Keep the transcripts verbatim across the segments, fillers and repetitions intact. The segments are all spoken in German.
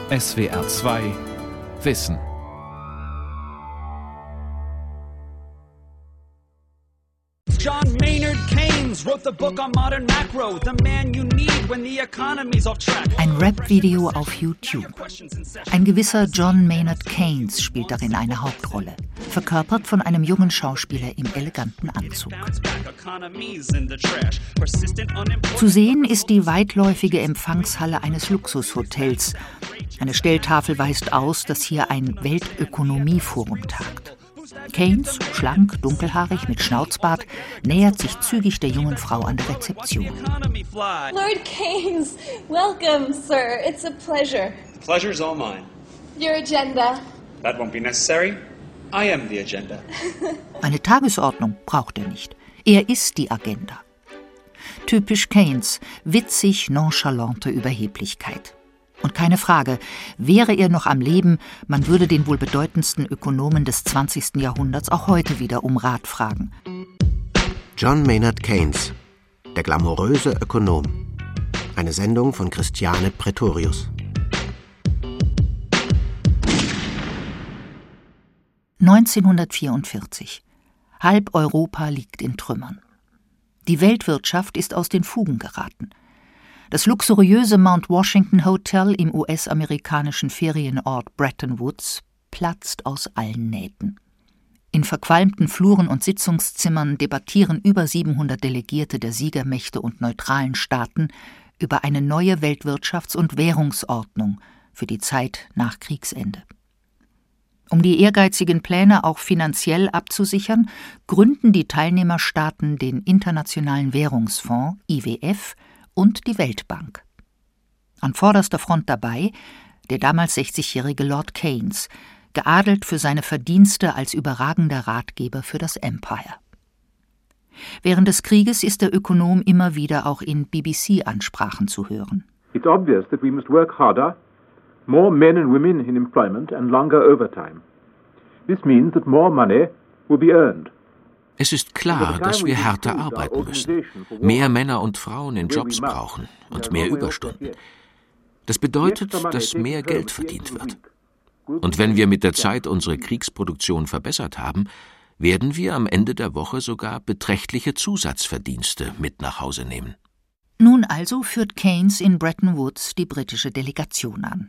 S W R zwei Wissen. John Maynard Keynes wrote the book on modern macro, the man you need when the economy's off track. Ein Rap-Video auf YouTube. Ein gewisser John Maynard Keynes spielt darin eine Hauptrolle, verkörpert von einem jungen Schauspieler im eleganten Anzug. Zu sehen ist die weitläufige Empfangshalle eines Luxushotels. Eine Stelltafel weist aus, dass hier ein Weltökonomieforum tagt. Keynes, schlank, dunkelhaarig, mit Schnauzbart, nähert sich zügig der jungen Frau an der Rezeption. Lord Keynes, welcome, sir. It's a pleasure. The pleasure's all mine. Your agenda. That won't be necessary. I am the agenda. Eine Tagesordnung braucht er nicht. Er ist die Agenda. Typisch Keynes, witzig, nonchalante Überheblichkeit. Und keine Frage, wäre er noch am Leben, man würde den wohl bedeutendsten Ökonomen des zwanzigsten Jahrhunderts auch heute wieder um Rat fragen. John Maynard Keynes, der glamouröse Ökonom. Eine Sendung von Christiane Pretorius. neunzehnhundertvierundvierzig. Halb Europa liegt in Trümmern. Die Weltwirtschaft ist aus den Fugen geraten. Das luxuriöse Mount Washington Hotel im U S-amerikanischen Ferienort Bretton Woods platzt aus allen Nähten. In verqualmten Fluren und Sitzungszimmern debattieren über siebenhundert Delegierte der Siegermächte und neutralen Staaten über eine neue Weltwirtschafts- und Währungsordnung für die Zeit nach Kriegsende. Um die ehrgeizigen Pläne auch finanziell abzusichern, gründen die Teilnehmerstaaten den Internationalen Währungsfonds I W F und die Weltbank. An vorderster Front dabei der damals sechzigjährige Lord Keynes, geadelt für seine Verdienste als überragender Ratgeber für das Empire. Während des Krieges ist der Ökonom immer wieder auch in B B C-Ansprachen zu hören. It's obvious that we must work harder, more men and women in employment and longer overtime. This means that more money will be earned. Es ist klar, dass wir härter arbeiten müssen, mehr Männer und Frauen in Jobs brauchen und mehr Überstunden. Das bedeutet, dass mehr Geld verdient wird. Und wenn wir mit der Zeit unsere Kriegsproduktion verbessert haben, werden wir am Ende der Woche sogar beträchtliche Zusatzverdienste mit nach Hause nehmen. Nun also führt Keynes in Bretton Woods die britische Delegation an.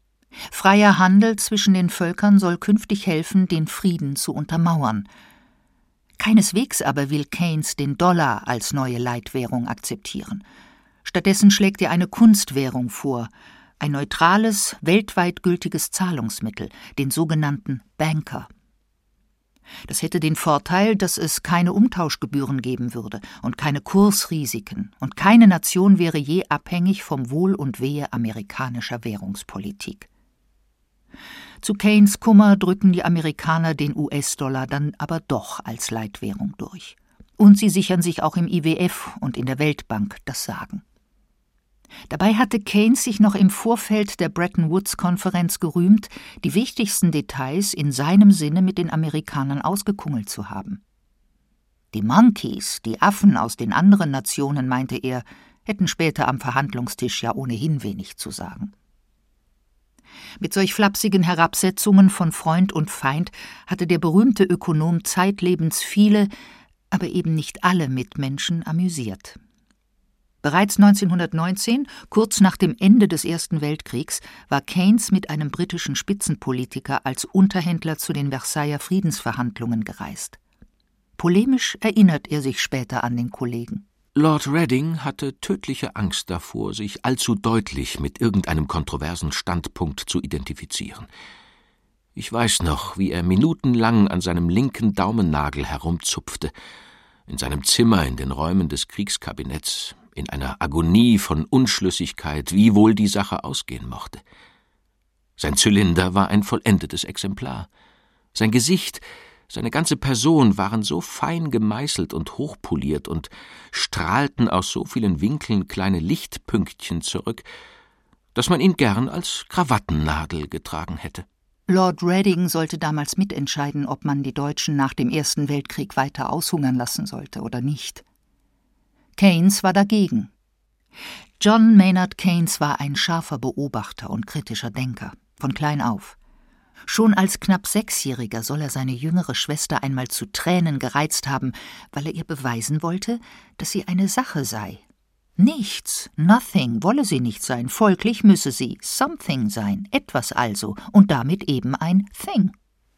Freier Handel zwischen den Völkern soll künftig helfen, den Frieden zu untermauern. Keineswegs aber will Keynes den Dollar als neue Leitwährung akzeptieren. Stattdessen schlägt er eine Kunstwährung vor, ein neutrales, weltweit gültiges Zahlungsmittel, den sogenannten Banker. Das hätte den Vorteil, dass es keine Umtauschgebühren geben würde und keine Kursrisiken, und keine Nation wäre je abhängig vom Wohl und Wehe amerikanischer Währungspolitik. Zu Keynes Kummer drücken die Amerikaner den U S-Dollar dann aber doch als Leitwährung durch. Und sie sichern sich auch im I W F und in der Weltbank das Sagen. Dabei hatte Keynes sich noch im Vorfeld der Bretton-Woods-Konferenz gerühmt, die wichtigsten Details in seinem Sinne mit den Amerikanern ausgekungelt zu haben. Die Monkeys, die Affen aus den anderen Nationen, meinte er, hätten später am Verhandlungstisch ja ohnehin wenig zu sagen. Mit solch flapsigen Herabsetzungen von Freund und Feind hatte der berühmte Ökonom zeitlebens viele, aber eben nicht alle Mitmenschen amüsiert. Bereits neunzehnhundertneunzehn, kurz nach dem Ende des Ersten Weltkriegs, war Keynes mit einem britischen Spitzenpolitiker als Unterhändler zu den Versailler Friedensverhandlungen gereist. Polemisch erinnert er sich später an den Kollegen. Lord Reading hatte tödliche Angst davor, sich allzu deutlich mit irgendeinem kontroversen Standpunkt zu identifizieren. Ich weiß noch, wie er minutenlang an seinem linken Daumennagel herumzupfte, in seinem Zimmer in den Räumen des Kriegskabinetts, in einer Agonie von Unschlüssigkeit, wie wohl die Sache ausgehen mochte. Sein Zylinder war ein vollendetes Exemplar. Sein Gesicht, seine ganze Person waren so fein gemeißelt und hochpoliert und strahlten aus so vielen Winkeln kleine Lichtpünktchen zurück, dass man ihn gern als Krawattennadel getragen hätte. Lord Reading sollte damals mitentscheiden, ob man die Deutschen nach dem Ersten Weltkrieg weiter aushungern lassen sollte oder nicht. Keynes war dagegen. John Maynard Keynes war ein scharfer Beobachter und kritischer Denker, von klein auf. Schon als knapp Sechsjähriger soll er seine jüngere Schwester einmal zu Tränen gereizt haben, weil er ihr beweisen wollte, dass sie eine Sache sei. Nichts, nothing, wolle sie nicht sein, folglich müsse sie something sein, etwas also, und damit eben ein thing.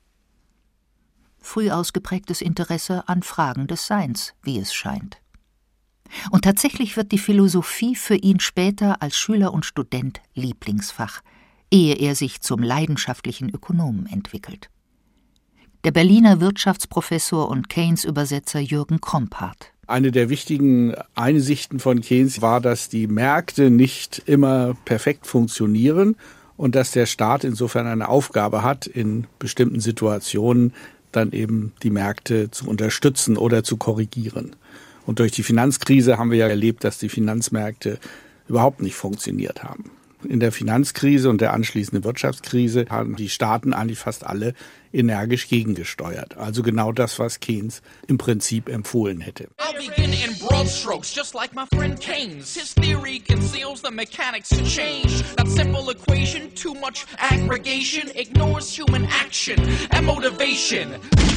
Früh ausgeprägtes Interesse an Fragen des Seins, wie es scheint. Und tatsächlich wird die Philosophie für ihn später als Schüler und Student Lieblingsfach, ehe er sich zum leidenschaftlichen Ökonomen entwickelt. Der Berliner Wirtschaftsprofessor und Keynes-Übersetzer Jürgen Krompardt. Eine der wichtigen Einsichten von Keynes war, dass die Märkte nicht immer perfekt funktionieren und dass der Staat insofern eine Aufgabe hat, in bestimmten Situationen dann eben die Märkte zu unterstützen oder zu korrigieren. Und durch die Finanzkrise haben wir ja erlebt, dass die Finanzmärkte überhaupt nicht funktioniert haben. In der Finanzkrise und der anschließenden Wirtschaftskrise haben die Staaten eigentlich fast alle energisch gegengesteuert. Also genau das, was Keynes im Prinzip empfohlen hätte. I'll begin in broad strokes, just like my friend Keynes. His theory conceals the mechanics of change. That simple equation, too much aggregation, ignores human action and motivation.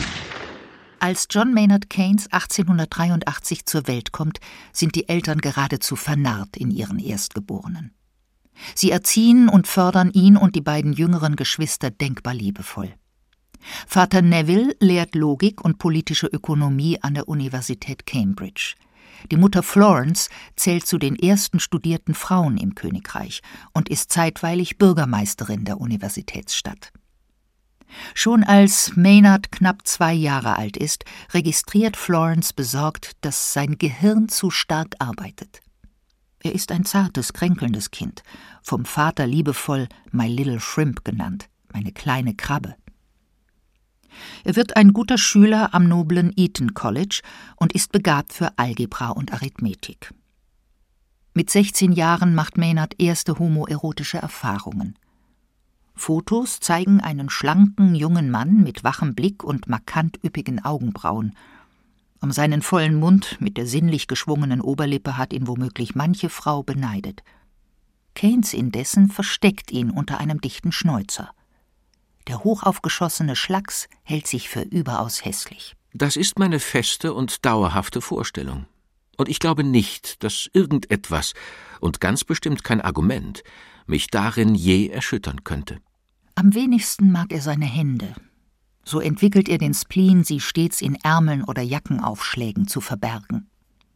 Als John Maynard Keynes achtzehnhundertdreiundachtzig zur Welt kommt, sind die Eltern geradezu vernarrt in ihren Erstgeborenen. Sie erziehen und fördern ihn und die beiden jüngeren Geschwister denkbar liebevoll. Vater Neville lehrt Logik und politische Ökonomie an der Universität Cambridge. Die Mutter Florence zählt zu den ersten studierten Frauen im Königreich und ist zeitweilig Bürgermeisterin der Universitätsstadt. Schon als Maynard knapp zwei Jahre alt ist, registriert Florence besorgt, dass sein Gehirn zu stark arbeitet. Er ist ein zartes, kränkelndes Kind, vom Vater liebevoll My Little Shrimp genannt, meine kleine Krabbe. Er wird ein guter Schüler am noblen Eton College und ist begabt für Algebra und Arithmetik. Mit sechzehn Jahren macht Maynard erste homoerotische Erfahrungen. Fotos zeigen einen schlanken, jungen Mann mit wachem Blick und markant üppigen Augenbrauen. Um seinen vollen Mund mit der sinnlich geschwungenen Oberlippe hat ihn womöglich manche Frau beneidet. Keynes indessen versteckt ihn unter einem dichten Schnäuzer. Der hochaufgeschossene Schlacks hält sich für überaus hässlich. Das ist meine feste und dauerhafte Vorstellung. Und ich glaube nicht, dass irgendetwas, und ganz bestimmt kein Argument, mich darin je erschüttern könnte. Am wenigsten mag er seine Hände. So entwickelt er den Spleen, sie stets in Ärmeln oder Jackenaufschlägen zu verbergen.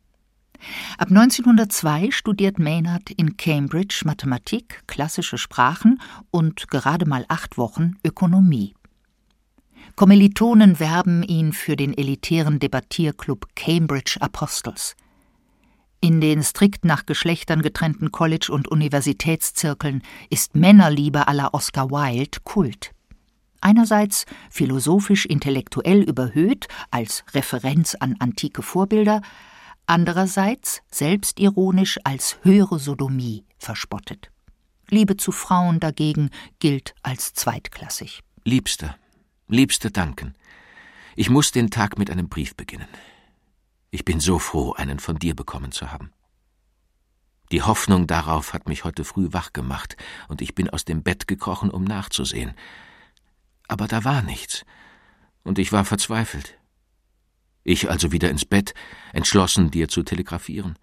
Ab neunzehnhundertzwei studiert Maynard in Cambridge Mathematik, klassische Sprachen und gerade mal acht Wochen Ökonomie. Kommilitonen werben ihn für den elitären Debattierclub Cambridge Apostles. In den strikt nach Geschlechtern getrennten College- und Universitätszirkeln ist Männerliebe à la Oscar Wilde Kult. Einerseits philosophisch-intellektuell überhöht, als Referenz an antike Vorbilder, andererseits selbstironisch als höhere Sodomie verspottet. Liebe zu Frauen dagegen gilt als zweitklassig. Liebster, Liebster Duncan, ich muss den Tag mit einem Brief beginnen. Ich bin so froh, einen von dir bekommen zu haben. Die Hoffnung darauf hat mich heute früh wach gemacht, und ich bin aus dem Bett gekrochen, um nachzusehen. Aber da war nichts, und ich war verzweifelt. Ich also wieder ins Bett, entschlossen, dir zu telegrafieren.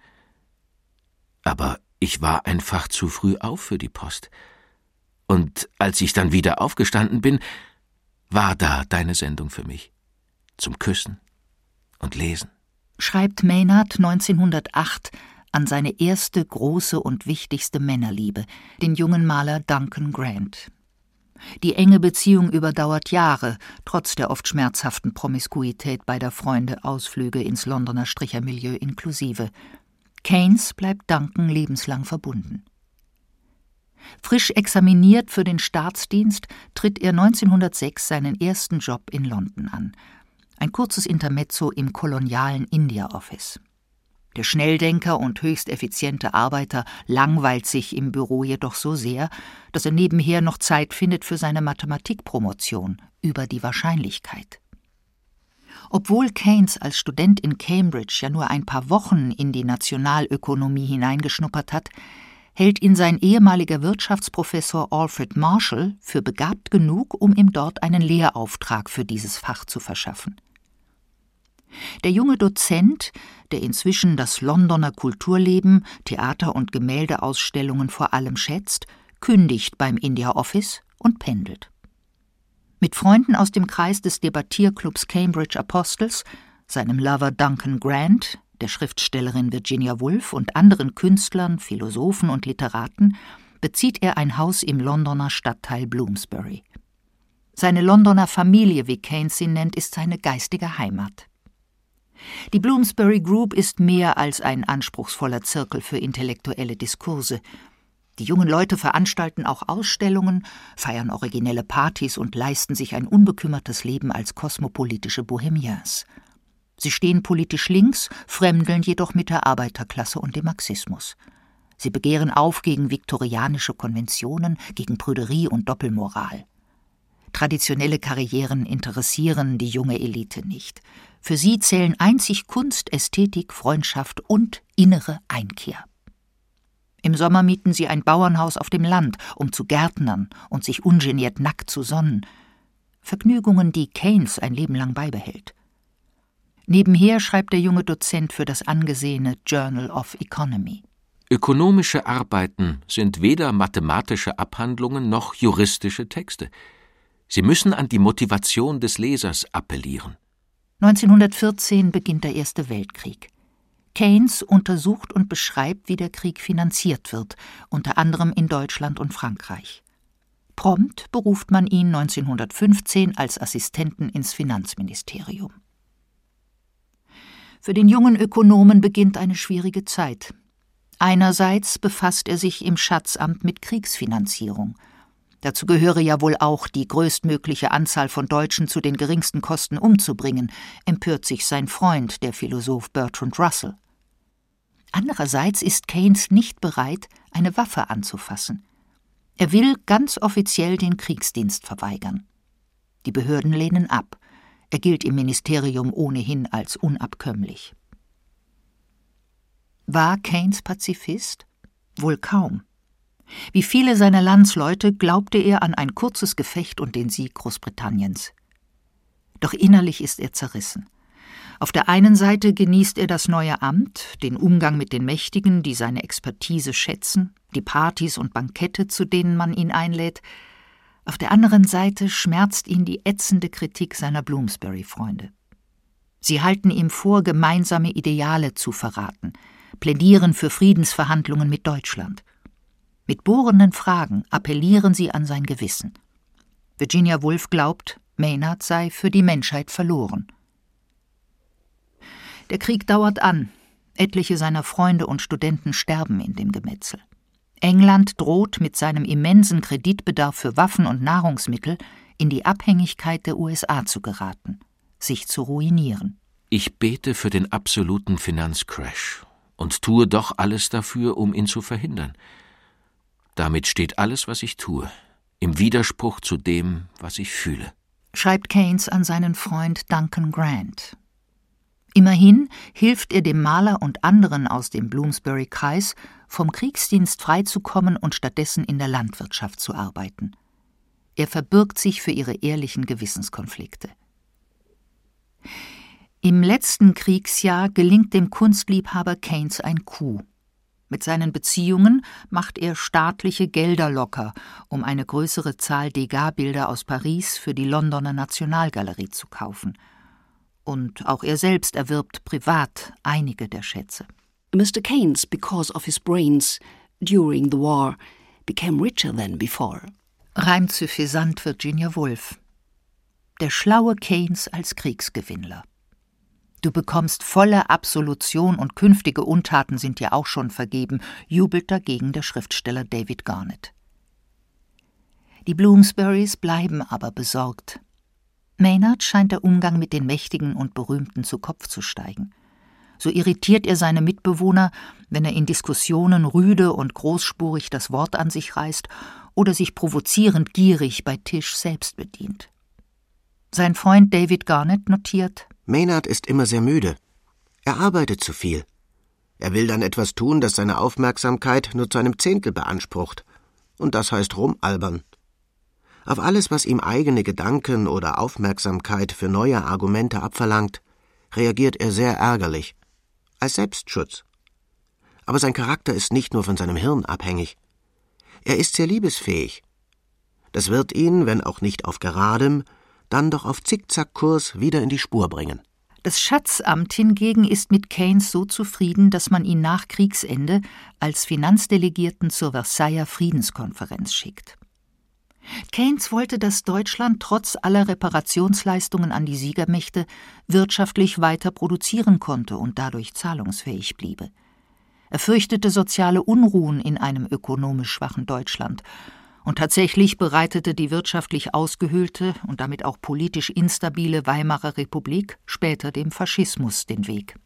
Aber ich war einfach zu früh auf für die Post. Und als ich dann wieder aufgestanden bin, war da deine Sendung für mich. Zum Küssen und Lesen. Schreibt Maynard neunzehnhundertacht an seine erste große und wichtigste Männerliebe, den jungen Maler Duncan Grant. Die enge Beziehung überdauert Jahre, trotz der oft schmerzhaften Promiskuität beider Freunde, Ausflüge ins Londoner Strichermilieu inklusive. Keynes bleibt Duncan lebenslang verbunden. Frisch examiniert für den Staatsdienst tritt er neunzehnhundertsechs seinen ersten Job in London an. Ein kurzes Intermezzo im kolonialen India Office. Der Schnelldenker und höchst effiziente Arbeiter langweilt sich im Büro jedoch so sehr, dass er nebenher noch Zeit findet für seine Mathematikpromotion über die Wahrscheinlichkeit. Obwohl Keynes als Student in Cambridge ja nur ein paar Wochen in die Nationalökonomie hineingeschnuppert hat, hält ihn sein ehemaliger Wirtschaftsprofessor Alfred Marshall für begabt genug, um ihm dort einen Lehrauftrag für dieses Fach zu verschaffen. Der junge Dozent, der inzwischen das Londoner Kulturleben, Theater- und Gemäldeausstellungen vor allem schätzt, kündigt beim India Office und pendelt. Mit Freunden aus dem Kreis des Debattierclubs Cambridge Apostles, seinem Lover Duncan Grant, der Schriftstellerin Virginia Woolf und anderen Künstlern, Philosophen und Literaten bezieht er ein Haus im Londoner Stadtteil Bloomsbury. Seine Londoner Familie, wie Keynes sie nennt, ist seine geistige Heimat. Die Bloomsbury Group ist mehr als ein anspruchsvoller Zirkel für intellektuelle Diskurse. Die jungen Leute veranstalten auch Ausstellungen, feiern originelle Partys und leisten sich ein unbekümmertes Leben als kosmopolitische Bohemiens. Sie stehen politisch links, fremdeln jedoch mit der Arbeiterklasse und dem Marxismus. Sie begehren auf gegen viktorianische Konventionen, gegen Prüderie und Doppelmoral. Traditionelle Karrieren interessieren die junge Elite nicht. Für sie zählen einzig Kunst, Ästhetik, Freundschaft und innere Einkehr. Im Sommer mieten sie ein Bauernhaus auf dem Land, um zu gärtnern und sich ungeniert nackt zu sonnen. Vergnügungen, die Keynes ein Leben lang beibehält. Nebenher schreibt der junge Dozent für das angesehene Journal of Economy. Ökonomische Arbeiten sind weder mathematische Abhandlungen noch juristische Texte. Sie müssen an die Motivation des Lesers appellieren. neunzehnhundertvierzehn beginnt der Erste Weltkrieg. Keynes untersucht und beschreibt, wie der Krieg finanziert wird, unter anderem in Deutschland und Frankreich. Prompt beruft man ihn neunzehnhundertfünfzehn als Assistenten ins Finanzministerium. Für den jungen Ökonomen beginnt eine schwierige Zeit. Einerseits befasst er sich im Schatzamt mit Kriegsfinanzierung. Dazu gehöre ja wohl auch, die größtmögliche Anzahl von Deutschen zu den geringsten Kosten umzubringen, empört sich sein Freund, der Philosoph Bertrand Russell. Andererseits ist Keynes nicht bereit, eine Waffe anzufassen. Er will ganz offiziell den Kriegsdienst verweigern. Die Behörden lehnen ab. Er gilt im Ministerium ohnehin als unabkömmlich. War Keynes Pazifist? Wohl kaum. Wie viele seiner Landsleute glaubte er an ein kurzes Gefecht und den Sieg Großbritanniens. Doch innerlich ist er zerrissen. Auf der einen Seite genießt er das neue Amt, den Umgang mit den Mächtigen, die seine Expertise schätzen, die Partys und Bankette, zu denen man ihn einlädt. Auf der anderen Seite schmerzt ihn die ätzende Kritik seiner Bloomsbury-Freunde. Sie halten ihm vor, gemeinsame Ideale zu verraten, plädieren für Friedensverhandlungen mit Deutschland. Mit bohrenden Fragen appellieren sie an sein Gewissen. Virginia Woolf glaubt, Maynard sei für die Menschheit verloren. Der Krieg dauert an. Etliche seiner Freunde und Studenten sterben in dem Gemetzel. England droht mit seinem immensen Kreditbedarf für Waffen und Nahrungsmittel in die Abhängigkeit der U S A zu geraten, sich zu ruinieren. Ich bete für den absoluten Finanzcrash und tue doch alles dafür, um ihn zu verhindern. Damit steht alles, was ich tue, im Widerspruch zu dem, was ich fühle, schreibt Keynes an seinen Freund Duncan Grant. Immerhin hilft er dem Maler und anderen aus dem Bloomsbury-Kreis, vom Kriegsdienst freizukommen und stattdessen in der Landwirtschaft zu arbeiten. Er verbirgt sich für ihre ehrlichen Gewissenskonflikte. Im letzten Kriegsjahr gelingt dem Kunstliebhaber Keynes ein Coup. Mit seinen Beziehungen macht er staatliche Gelder locker, um eine größere Zahl Degas-Bilder aus Paris für die Londoner Nationalgalerie zu kaufen. Und auch er selbst erwirbt privat einige der Schätze. Mister Keynes, because of his brains during the war, became richer than before. Reimt suffisant Virginia Woolf. Der schlaue Keynes als Kriegsgewinnler. Du bekommst volle Absolution und künftige Untaten sind dir auch schon vergeben, jubelt dagegen der Schriftsteller David Garnett. Die Bloomsburys bleiben aber besorgt. Maynard scheint der Umgang mit den Mächtigen und Berühmten zu Kopf zu steigen. So irritiert er seine Mitbewohner, wenn er in Diskussionen rüde und großspurig das Wort an sich reißt oder sich provozierend gierig bei Tisch selbst bedient. Sein Freund David Garnett notiert: Maynard ist immer sehr müde. Er arbeitet zu viel. Er will dann etwas tun, das seine Aufmerksamkeit nur zu einem Zehntel beansprucht. Und das heißt rumalbern. Auf alles, was ihm eigene Gedanken oder Aufmerksamkeit für neue Argumente abverlangt, reagiert er sehr ärgerlich. Als Selbstschutz. Aber sein Charakter ist nicht nur von seinem Hirn abhängig. Er ist sehr liebesfähig. Das wird ihn, wenn auch nicht auf geradem, dann doch auf Zickzackkurs wieder in die Spur bringen. Das Schatzamt hingegen ist mit Keynes so zufrieden, dass man ihn nach Kriegsende als Finanzdelegierten zur Versailler Friedenskonferenz schickt. Keynes wollte, dass Deutschland trotz aller Reparationsleistungen an die Siegermächte wirtschaftlich weiter produzieren konnte und dadurch zahlungsfähig bliebe. Er fürchtete soziale Unruhen in einem ökonomisch schwachen Deutschland. Und tatsächlich bereitete die wirtschaftlich ausgehöhlte und damit auch politisch instabile Weimarer Republik später dem Faschismus den Weg.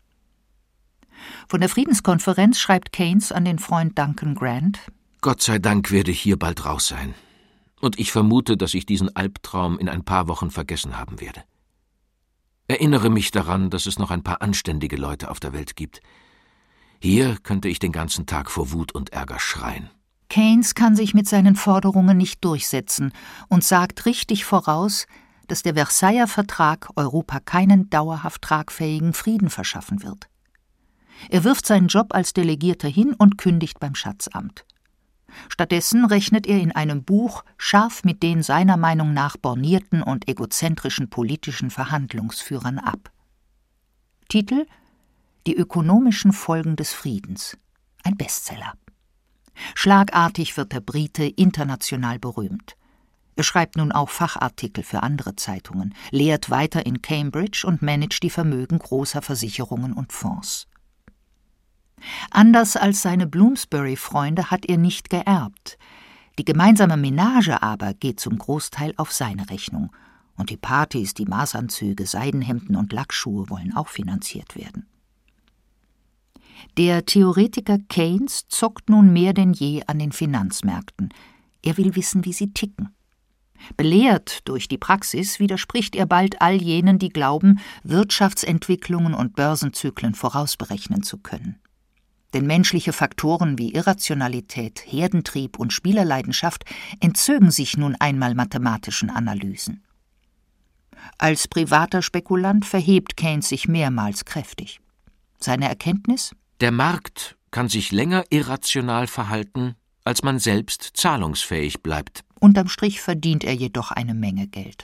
Von der Friedenskonferenz schreibt Keynes an den Freund Duncan Grant: Gott sei Dank werde ich hier bald raus sein. Und ich vermute, dass ich diesen Albtraum in ein paar Wochen vergessen haben werde. Erinnere mich daran, dass es noch ein paar anständige Leute auf der Welt gibt. Hier könnte ich den ganzen Tag vor Wut und Ärger schreien. Keynes kann sich mit seinen Forderungen nicht durchsetzen und sagt richtig voraus, dass der Versailler Vertrag Europa keinen dauerhaft tragfähigen Frieden verschaffen wird. Er wirft seinen Job als Delegierter hin und kündigt beim Schatzamt. Stattdessen rechnet er in einem Buch scharf mit den seiner Meinung nach bornierten und egozentrischen politischen Verhandlungsführern ab. Titel: Die ökonomischen Folgen des Friedens. Ein Bestseller. Schlagartig wird der Brite international berühmt. Er schreibt nun auch Fachartikel für andere Zeitungen, lehrt weiter in Cambridge und managt die Vermögen großer Versicherungen und Fonds. Anders als seine Bloomsbury-Freunde hat er nicht geerbt. Die gemeinsame Menage aber geht zum Großteil auf seine Rechnung. Und die Partys, die Maßanzüge, Seidenhemden und Lackschuhe wollen auch finanziert werden. Der Theoretiker Keynes zockt nun mehr denn je an den Finanzmärkten. Er will wissen, wie sie ticken. Belehrt durch die Praxis widerspricht er bald all jenen, die glauben, Wirtschaftsentwicklungen und Börsenzyklen vorausberechnen zu können. Denn menschliche Faktoren wie Irrationalität, Herdentrieb und Spielerleidenschaft entzögen sich nun einmal mathematischen Analysen. Als privater Spekulant verhebt Keynes sich mehrmals kräftig. Seine Erkenntnis? Der Markt kann sich länger irrational verhalten, als man selbst zahlungsfähig bleibt. Unterm Strich verdient er jedoch eine Menge Geld.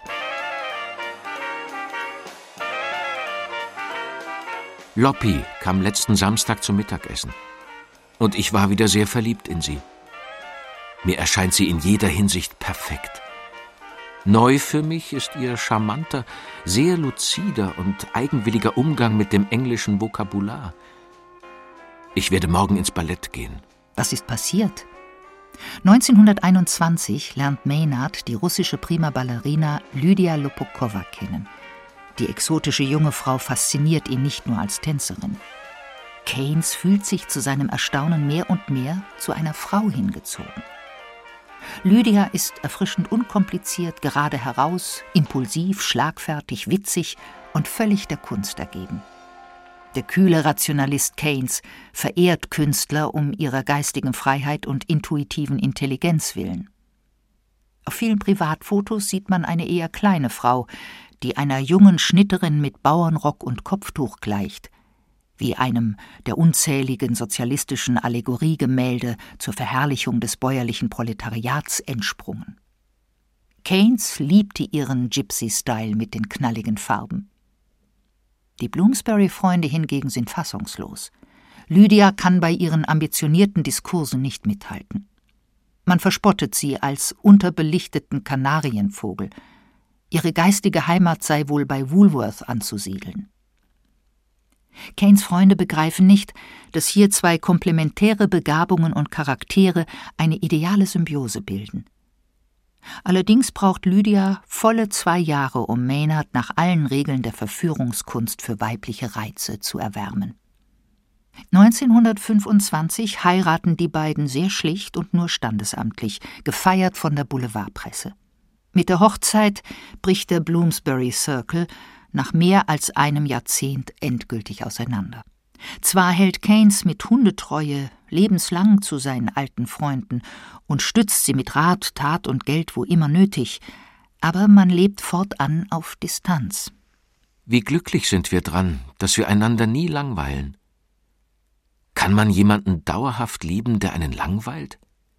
Loppi kam letzten Samstag zum Mittagessen. Und ich war wieder sehr verliebt in sie. Mir erscheint sie in jeder Hinsicht perfekt. Neu für mich ist ihr charmanter, sehr luzider und eigenwilliger Umgang mit dem englischen Vokabular. Ich werde morgen ins Ballett gehen. Was ist passiert? neunzehnhunderteinundzwanzig lernt Maynard die russische Prima-Ballerina Lydia Lopokowa kennen. Die exotische junge Frau fasziniert ihn nicht nur als Tänzerin. Keynes fühlt sich zu seinem Erstaunen mehr und mehr zu einer Frau hingezogen. Lydia ist erfrischend unkompliziert, gerade heraus, impulsiv, schlagfertig, witzig und völlig der Kunst ergeben. Der kühle Rationalist Keynes verehrt Künstler um ihrer geistigen Freiheit und intuitiven Intelligenz willen. Auf vielen Privatfotos sieht man eine eher kleine Frau, die einer jungen Schnitterin mit Bauernrock und Kopftuch gleicht, wie einem der unzähligen sozialistischen Allegoriegemälde zur Verherrlichung des bäuerlichen Proletariats entsprungen. Keynes liebte ihren Gypsy-Style mit den knalligen Farben. Die Bloomsbury-Freunde hingegen sind fassungslos. Lydia kann bei ihren ambitionierten Diskursen nicht mithalten. Man verspottet sie als unterbelichteten Kanarienvogel. Ihre geistige Heimat sei wohl bei Woolworth anzusiedeln. Keynes Freunde begreifen nicht, dass hier zwei komplementäre Begabungen und Charaktere eine ideale Symbiose bilden. Allerdings braucht Lydia volle zwei Jahre, um Maynard nach allen Regeln der Verführungskunst für weibliche Reize zu erwärmen. neunzehnhundertfünfundzwanzig heiraten die beiden sehr schlicht und nur standesamtlich, gefeiert von der Boulevardpresse. Mit der Hochzeit bricht der Bloomsbury Circle, nach mehr als einem Jahrzehnt endgültig auseinander. Zwar hält Keynes mit Hundetreue lebenslang zu seinen alten Freunden und stützt sie mit Rat, Tat und Geld wo immer nötig, aber man lebt fortan auf Distanz. Wie glücklich sind wir dran, dass wir einander nie langweilen. Kann man jemanden dauerhaft lieben, der einen langweilt?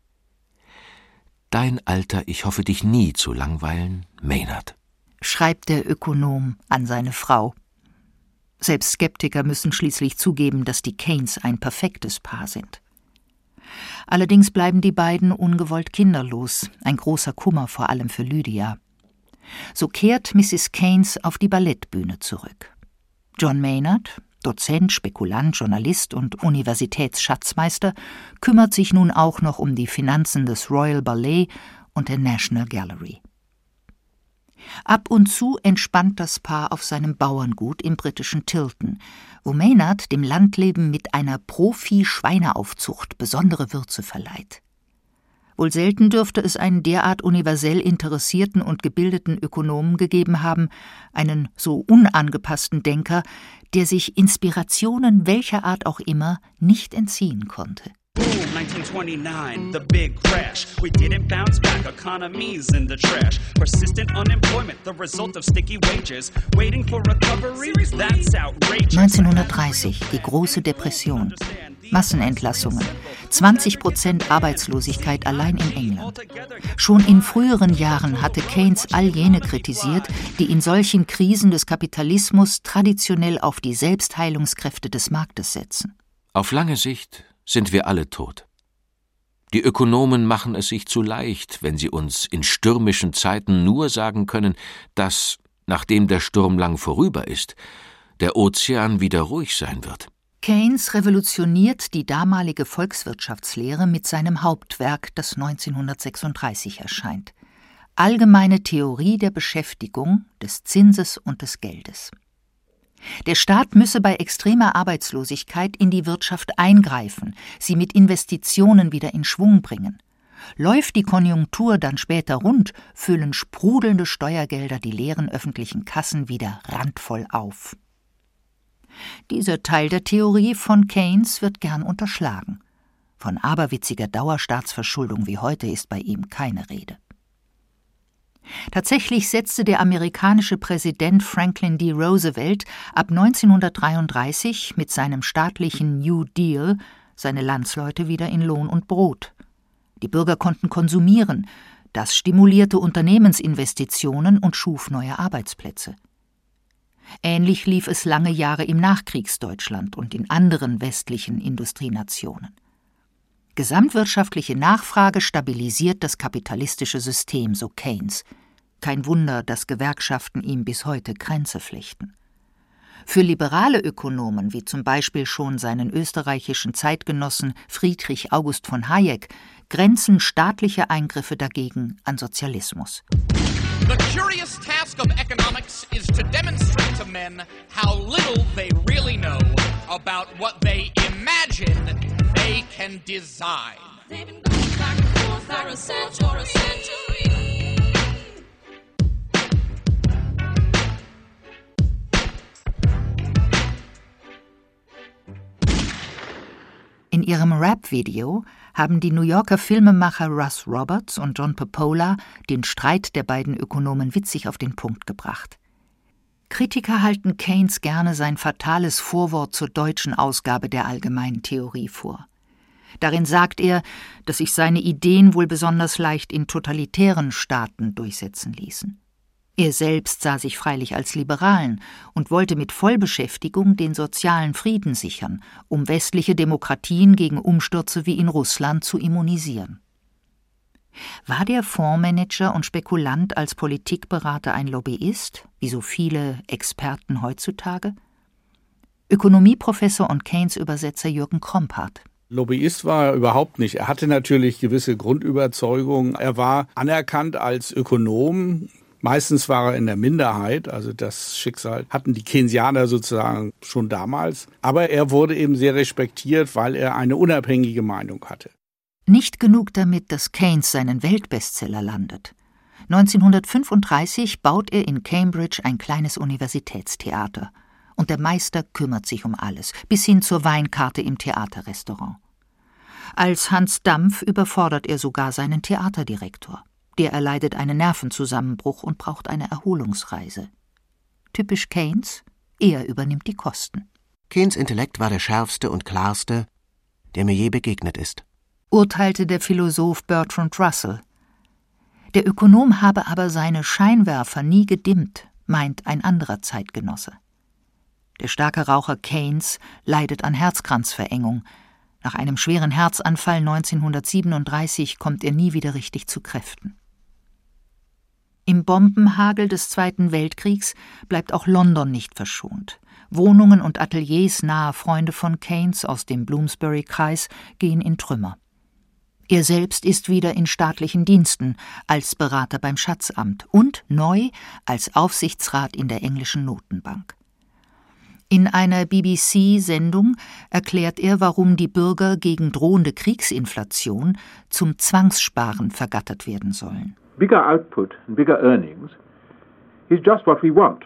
Dein Alter, ich hoffe dich nie zu langweilen, Maynard, schreibt der Ökonom an seine Frau. Selbst Skeptiker müssen schließlich zugeben, dass die Keynes ein perfektes Paar sind. Allerdings bleiben die beiden ungewollt kinderlos, ein großer Kummer vor allem für Lydia. So kehrt Misses Keynes auf die Ballettbühne zurück. John Maynard, Dozent, Spekulant, Journalist und Universitätsschatzmeister, kümmert sich nun auch noch um die Finanzen des Royal Ballet und der National Gallery. Ab und zu entspannt das Paar auf seinem Bauerngut im britischen Tilton, wo Maynard dem Landleben mit einer Profi-Schweineaufzucht besondere Würze verleiht. Wohl selten dürfte es einen derart universell interessierten und gebildeten Ökonomen gegeben haben, einen so unangepassten Denker, der sich Inspirationen welcher Art auch immer nicht entziehen konnte. Boom, nineteen twenty-nine, the big crash. We didn't bounce back, economy's in the trash. Persistent unemployment, the result of sticky wages. Waiting for recovery, that's outrageous. neunzehnhundertdreißig, die große Depression. Massenentlassungen, zwanzig Prozent Arbeitslosigkeit allein in England. Schon in früheren Jahren hatte Keynes all jene kritisiert, die in solchen Krisen des Kapitalismus traditionell auf die Selbstheilungskräfte des Marktes setzen. Auf lange Sicht sind wir alle tot. Die Ökonomen machen es sich zu leicht, wenn sie uns in stürmischen Zeiten nur sagen können, dass, nachdem der Sturm lang vorüber ist, der Ozean wieder ruhig sein wird. Keynes revolutioniert die damalige Volkswirtschaftslehre mit seinem Hauptwerk, das neunzehnhundertsechsunddreißig erscheint. Allgemeine Theorie der Beschäftigung, des Zinses und des Geldes. Der Staat müsse bei extremer Arbeitslosigkeit in die Wirtschaft eingreifen, sie mit Investitionen wieder in Schwung bringen. Läuft die Konjunktur dann später rund, füllen sprudelnde Steuergelder die leeren öffentlichen Kassen wieder randvoll auf. Dieser Teil der Theorie von Keynes wird gern unterschlagen. Von aberwitziger Dauerstaatsverschuldung wie heute ist bei ihm keine Rede. Tatsächlich setzte der amerikanische Präsident Franklin D. Roosevelt ab neunzehnhundertdreiunddreißig mit seinem staatlichen New Deal seine Landsleute wieder in Lohn und Brot. Die Bürger konnten konsumieren, das stimulierte Unternehmensinvestitionen und schuf neue Arbeitsplätze. Ähnlich lief es lange Jahre im Nachkriegsdeutschland und in anderen westlichen Industrienationen. Gesamtwirtschaftliche Nachfrage stabilisiert das kapitalistische System, so Keynes. Kein Wunder, dass Gewerkschaften ihm bis heute Kränze flechten. Für liberale Ökonomen, wie zum Beispiel schon seinen österreichischen Zeitgenossen Friedrich August von Hayek, grenzen staatliche Eingriffe dagegen an Sozialismus. The curious task of economics is to demonstrate to men how little they really know about what they imagine they can design. They've been going back and forth for a century, a century. In ihrem Rap-Video haben die New Yorker Filmemacher Russ Roberts und John Peppola den Streit der beiden Ökonomen witzig auf den Punkt gebracht. Kritiker halten Keynes gerne sein fatales Vorwort zur deutschen Ausgabe der Allgemeinen Theorie vor. Darin sagt er, dass sich seine Ideen wohl besonders leicht in totalitären Staaten durchsetzen ließen. Er selbst sah sich freilich als Liberalen und wollte mit Vollbeschäftigung den sozialen Frieden sichern, um westliche Demokratien gegen Umstürze wie in Russland zu immunisieren. War der Fondsmanager und Spekulant als Politikberater ein Lobbyist, wie so viele Experten heutzutage? Ökonomieprofessor und Keynes-Übersetzer Jürgen Krompat. Lobbyist war er überhaupt nicht. Er hatte natürlich gewisse Grundüberzeugungen. Er war anerkannt als Ökonom. Meistens war er in der Minderheit, also das Schicksal hatten die Keynesianer sozusagen schon damals. Aber er wurde eben sehr respektiert, weil er eine unabhängige Meinung hatte. Nicht genug damit, dass Keynes seinen Weltbestseller landet. neunzehnhundertfünfunddreißig baut er in Cambridge ein kleines Universitätstheater. Und der Meister kümmert sich um alles, bis hin zur Weinkarte im Theaterrestaurant. Als Hans Dampf überfordert er sogar seinen Theaterdirektor. Der erleidet einen Nervenzusammenbruch und braucht eine Erholungsreise. Typisch Keynes, er übernimmt die Kosten. Keynes Intellekt war der schärfste und klarste, der mir je begegnet ist, urteilte der Philosoph Bertrand Russell. Der Ökonom habe aber seine Scheinwerfer nie gedimmt, meint ein anderer Zeitgenosse. Der starke Raucher Keynes leidet an Herzkranzverengung. Nach einem schweren Herzanfall neunzehnhundertsiebenunddreißig kommt er nie wieder richtig zu Kräften. Im Bombenhagel des Zweiten Weltkriegs bleibt auch London nicht verschont. Wohnungen und Ateliers naher Freunde von Keynes aus dem Bloomsbury-Kreis gehen in Trümmer. Er selbst ist wieder in staatlichen Diensten, als Berater beim Schatzamt und neu als Aufsichtsrat in der englischen Notenbank. In einer B B C-Sendung erklärt er, warum die Bürger gegen drohende Kriegsinflation zum Zwangssparen vergattert werden sollen. Bigger output and bigger earnings is just what we want.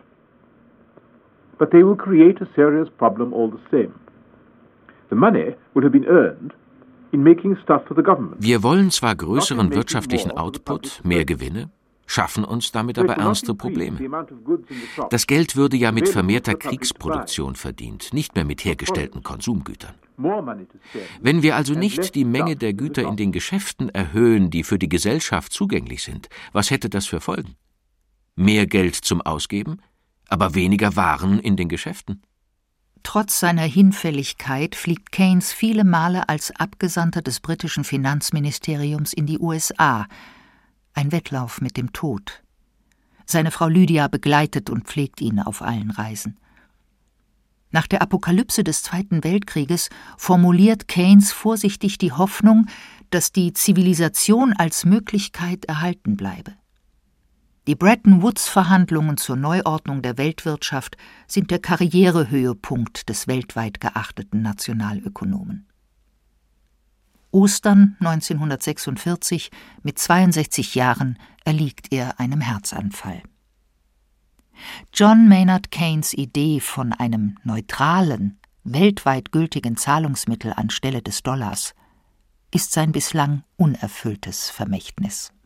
But they will create a serious problem all the same. The money would have been earned in making stuff for the government. Wir wollen zwar größeren wirtschaftlichen Output, mehr Gewinne, schaffen uns damit aber ernste Probleme. Das Geld würde ja mit vermehrter Kriegsproduktion verdient, nicht mehr mit hergestellten Konsumgütern. Wenn wir also nicht die Menge der Güter in den Geschäften erhöhen, die für die Gesellschaft zugänglich sind, was hätte das für Folgen? Mehr Geld zum Ausgeben, aber weniger Waren in den Geschäften. Trotz seiner Hinfälligkeit fliegt Keynes viele Male als Abgesandter des britischen Finanzministeriums in die U S A. Ein Wettlauf mit dem Tod. Seine Frau Lydia begleitet und pflegt ihn auf allen Reisen. Nach der Apokalypse des Zweiten Weltkrieges formuliert Keynes vorsichtig die Hoffnung, dass die Zivilisation als Möglichkeit erhalten bleibe. Die Bretton-Woods-Verhandlungen zur Neuordnung der Weltwirtschaft sind der Karrierehöhepunkt des weltweit geachteten Nationalökonomen. Ostern neunzehnhundertsechsundvierzig, mit zweiundsechzig Jahren, erliegt er einem Herzanfall. John Maynard Keynes' Idee von einem neutralen, weltweit gültigen Zahlungsmittel anstelle des Dollars ist sein bislang unerfülltes Vermächtnis.